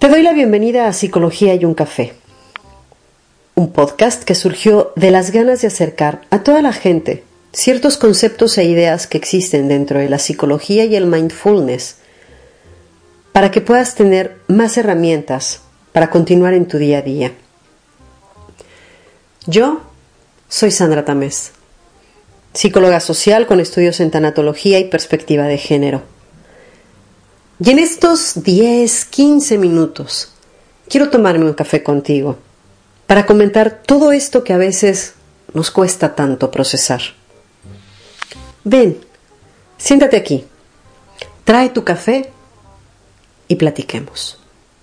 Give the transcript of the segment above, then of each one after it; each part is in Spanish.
Te doy la bienvenida a Psicología y un Café, un podcast que surgió de las ganas de acercar a toda la gente ciertos conceptos e ideas que existen dentro de la psicología y el mindfulness para que puedas tener más herramientas para continuar en tu día a día. Yo soy Sandra Tamés, psicóloga social con estudios en tanatología y perspectiva de género. Y en estos 10-15 minutos quiero tomarme un café contigo para comentar todo esto que a veces nos cuesta tanto procesar. Ven, siéntate aquí, trae tu café y platiquemos.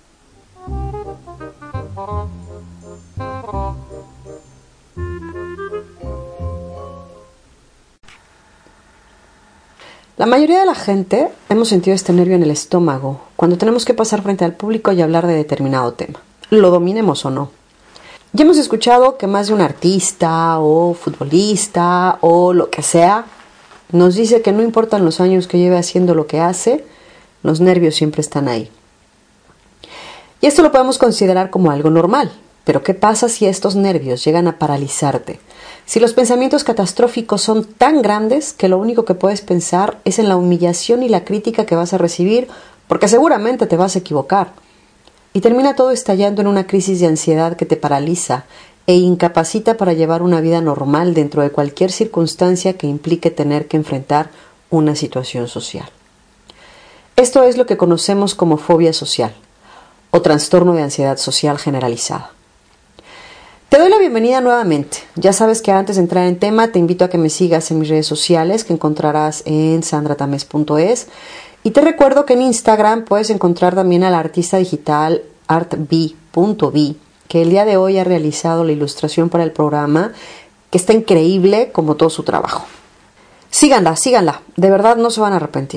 La mayoría de la gente hemos sentido este nervio en el estómago cuando tenemos que pasar frente al público y hablar de determinado tema, lo dominemos o no. Ya hemos escuchado que más de un artista o futbolista o lo que sea nos dice que no importan los años que lleve haciendo lo que hace, los nervios siempre están ahí. Y esto lo podemos considerar como algo normal, pero ¿qué pasa si estos nervios llegan a paralizarte? Si los pensamientos catastróficos son tan grandes que lo único que puedes pensar es en la humillación y la crítica que vas a recibir, porque seguramente te vas a equivocar. Y termina todo estallando en una crisis de ansiedad que te paraliza e incapacita para llevar una vida normal dentro de cualquier circunstancia que implique tener que enfrentar una situación social. Esto es lo que conocemos como fobia social o trastorno de ansiedad social generalizada. Te doy la bienvenida nuevamente. Ya sabes que antes de entrar en tema te invito a que me sigas en mis redes sociales que encontrarás en sandratames.es y te recuerdo que en Instagram puedes encontrar también al artista digital artb.b que el día de hoy ha realizado la ilustración para el programa, que está increíble como todo su trabajo. Síganla, de verdad no se van a arrepentir.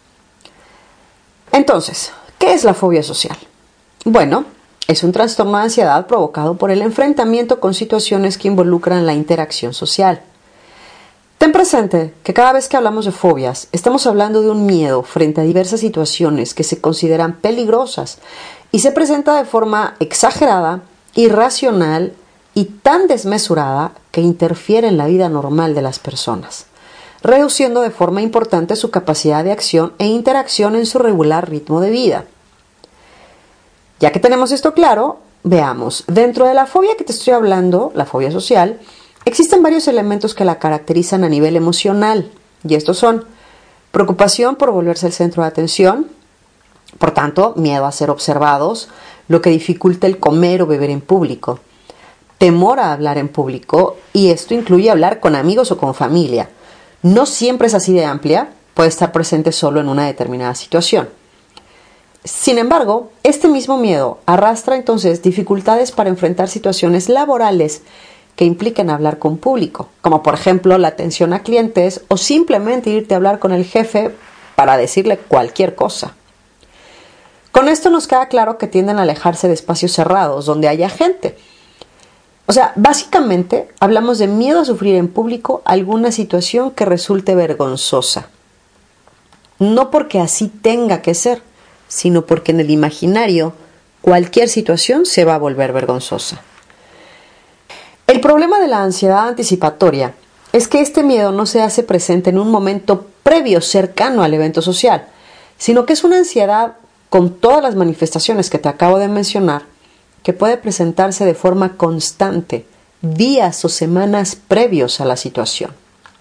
Entonces, ¿qué es la fobia social? Bueno, es un trastorno de ansiedad provocado por el enfrentamiento con situaciones que involucran la interacción social. Ten presente que cada vez que hablamos de fobias, estamos hablando de un miedo frente a diversas situaciones que se consideran peligrosas y se presenta de forma exagerada, irracional y tan desmesurada que interfiere en la vida normal de las personas, reduciendo de forma importante su capacidad de acción e interacción en su regular ritmo de vida. Ya que tenemos esto claro, veamos, dentro de la fobia que te estoy hablando, la fobia social, existen varios elementos que la caracterizan a nivel emocional, y estos son preocupación por volverse el centro de atención, por tanto, miedo a ser observados, lo que dificulta el comer o beber en público, temor a hablar en público, y esto incluye hablar con amigos o con familia. No siempre es así de amplia, puede estar presente solo en una determinada situación. Sin embargo, este mismo miedo arrastra entonces dificultades para enfrentar situaciones laborales que implican hablar con público, como por ejemplo la atención a clientes o simplemente irte a hablar con el jefe para decirle cualquier cosa. Con esto nos queda claro que tienden a alejarse de espacios cerrados donde haya gente. O sea, básicamente hablamos de miedo a sufrir en público alguna situación que resulte vergonzosa. No porque así tenga que ser, sino porque en el imaginario cualquier situación se va a volver vergonzosa. El problema de la ansiedad anticipatoria es que este miedo no se hace presente en un momento previo cercano al evento social, sino que es una ansiedad con todas las manifestaciones que te acabo de mencionar, que puede presentarse de forma constante, días o semanas previos a la situación.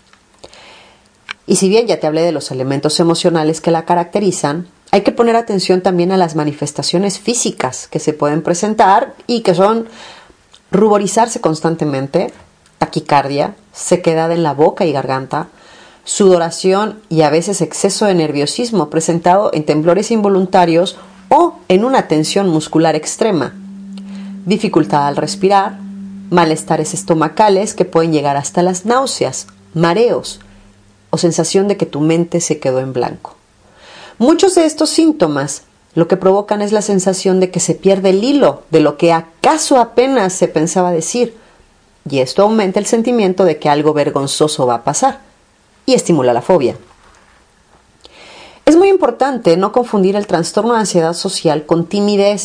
Y si bien ya te hablé de los elementos emocionales que la caracterizan, hay que poner atención también a las manifestaciones físicas que se pueden presentar y que son ruborizarse constantemente, taquicardia, sequedad en la boca y garganta, sudoración y a veces exceso de nerviosismo presentado en temblores involuntarios o en una tensión muscular extrema, dificultad al respirar, malestares estomacales que pueden llegar hasta las náuseas, mareos o sensación de que tu mente se quedó en blanco. Muchos de estos síntomas lo que provocan es la sensación de que se pierde el hilo de lo que acaso apenas se pensaba decir, y esto aumenta el sentimiento de que algo vergonzoso va a pasar y estimula la fobia. Es muy importante no confundir el trastorno de ansiedad social con timidez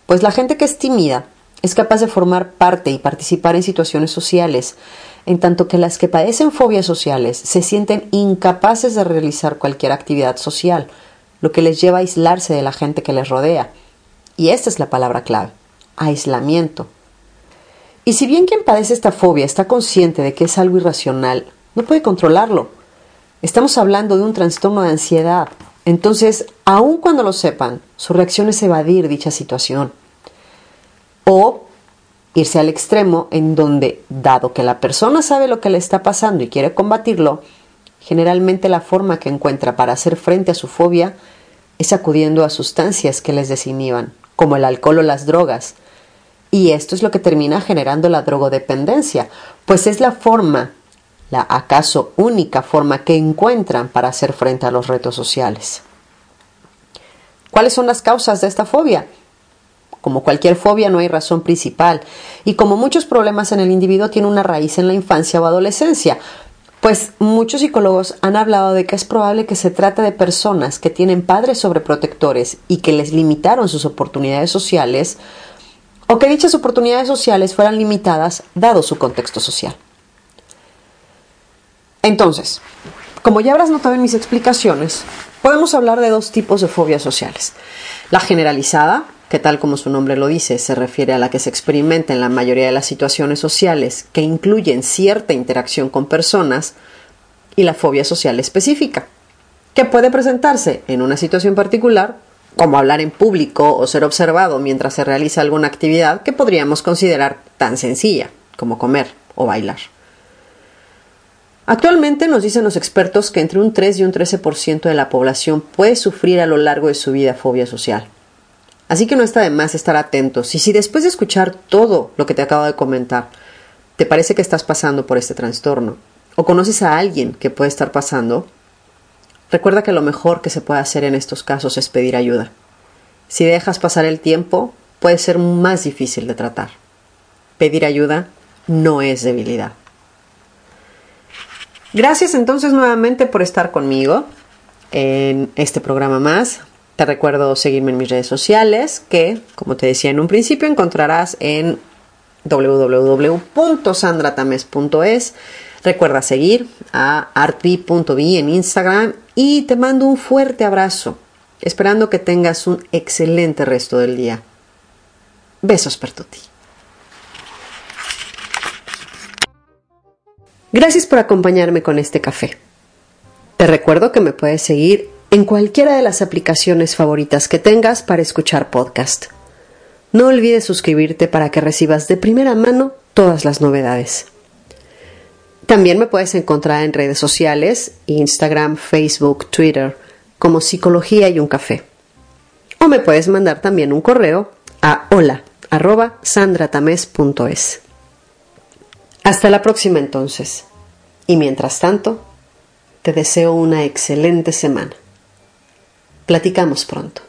pues la gente que es tímida es capaz de formar parte y participar en situaciones sociales, en tanto que las que padecen fobias sociales se sienten incapaces de realizar cualquier actividad social, lo que les lleva a aislarse de la gente que les rodea. Y esta es la palabra clave: aislamiento. Y si bien quien padece esta fobia está consciente de que es algo irracional, no puede controlarlo. Estamos hablando de un trastorno de ansiedad. Entonces, aun cuando lo sepan, su reacción es evadir dicha situación. O irse al extremo en donde, dado que la persona sabe lo que le está pasando y quiere combatirlo, generalmente la forma que encuentra para hacer frente a su fobia es acudiendo a sustancias que les desinhiban, como el alcohol o las drogas. Y esto es lo que termina generando la drogodependencia, pues es la forma, la acaso única forma que encuentran para hacer frente a los retos sociales. ¿Cuáles son las causas de esta fobia? Como cualquier fobia, no hay razón principal, y como muchos problemas en el individuo, tiene una raíz en la infancia o adolescencia, pues muchos psicólogos han hablado de que es probable que se trate de personas que tienen padres sobreprotectores y que les limitaron sus oportunidades sociales, o que dichas oportunidades sociales fueran limitadas dado su contexto social. Entonces, como ya habrás notado en mis explicaciones, podemos hablar de dos tipos de fobias sociales: la generalizada, que tal como su nombre lo dice, se refiere a la que se experimenta en la mayoría de las situaciones sociales que incluyen cierta interacción con personas, y la fobia social específica, que puede presentarse en una situación particular, como hablar en público o ser observado mientras se realiza alguna actividad que podríamos considerar tan sencilla como comer o bailar. Actualmente nos dicen los expertos que entre un 3 y un 13% de la población puede sufrir a lo largo de su vida fobia social. Así que no está de más estar atentos, y si después de escuchar todo lo que te acabo de comentar, te parece que estás pasando por este trastorno, o conoces a alguien que puede estar pasando, recuerda que lo mejor que se puede hacer en estos casos es pedir ayuda. Si dejas pasar el tiempo, puede ser más difícil de tratar. Pedir ayuda no es debilidad. Gracias entonces nuevamente por estar conmigo en este programa más. Te recuerdo seguirme en mis redes sociales, que, como te decía en un principio, encontrarás en www.sandratames.es. Recuerda seguir a artvi.be en Instagram, y te mando un fuerte abrazo, esperando que tengas un excelente resto del día. Besos per tutti. Gracias por acompañarme con este café. Te recuerdo que me puedes seguir en cualquiera de las aplicaciones favoritas que tengas para escuchar podcast. No olvides suscribirte para que recibas de primera mano todas las novedades. También me puedes encontrar en redes sociales, Instagram, Facebook, Twitter, como Psicología y un Café. O me puedes mandar también un correo a hola@sandratames.es. Hasta la próxima entonces. Y mientras tanto, te deseo una excelente semana. Platicamos pronto.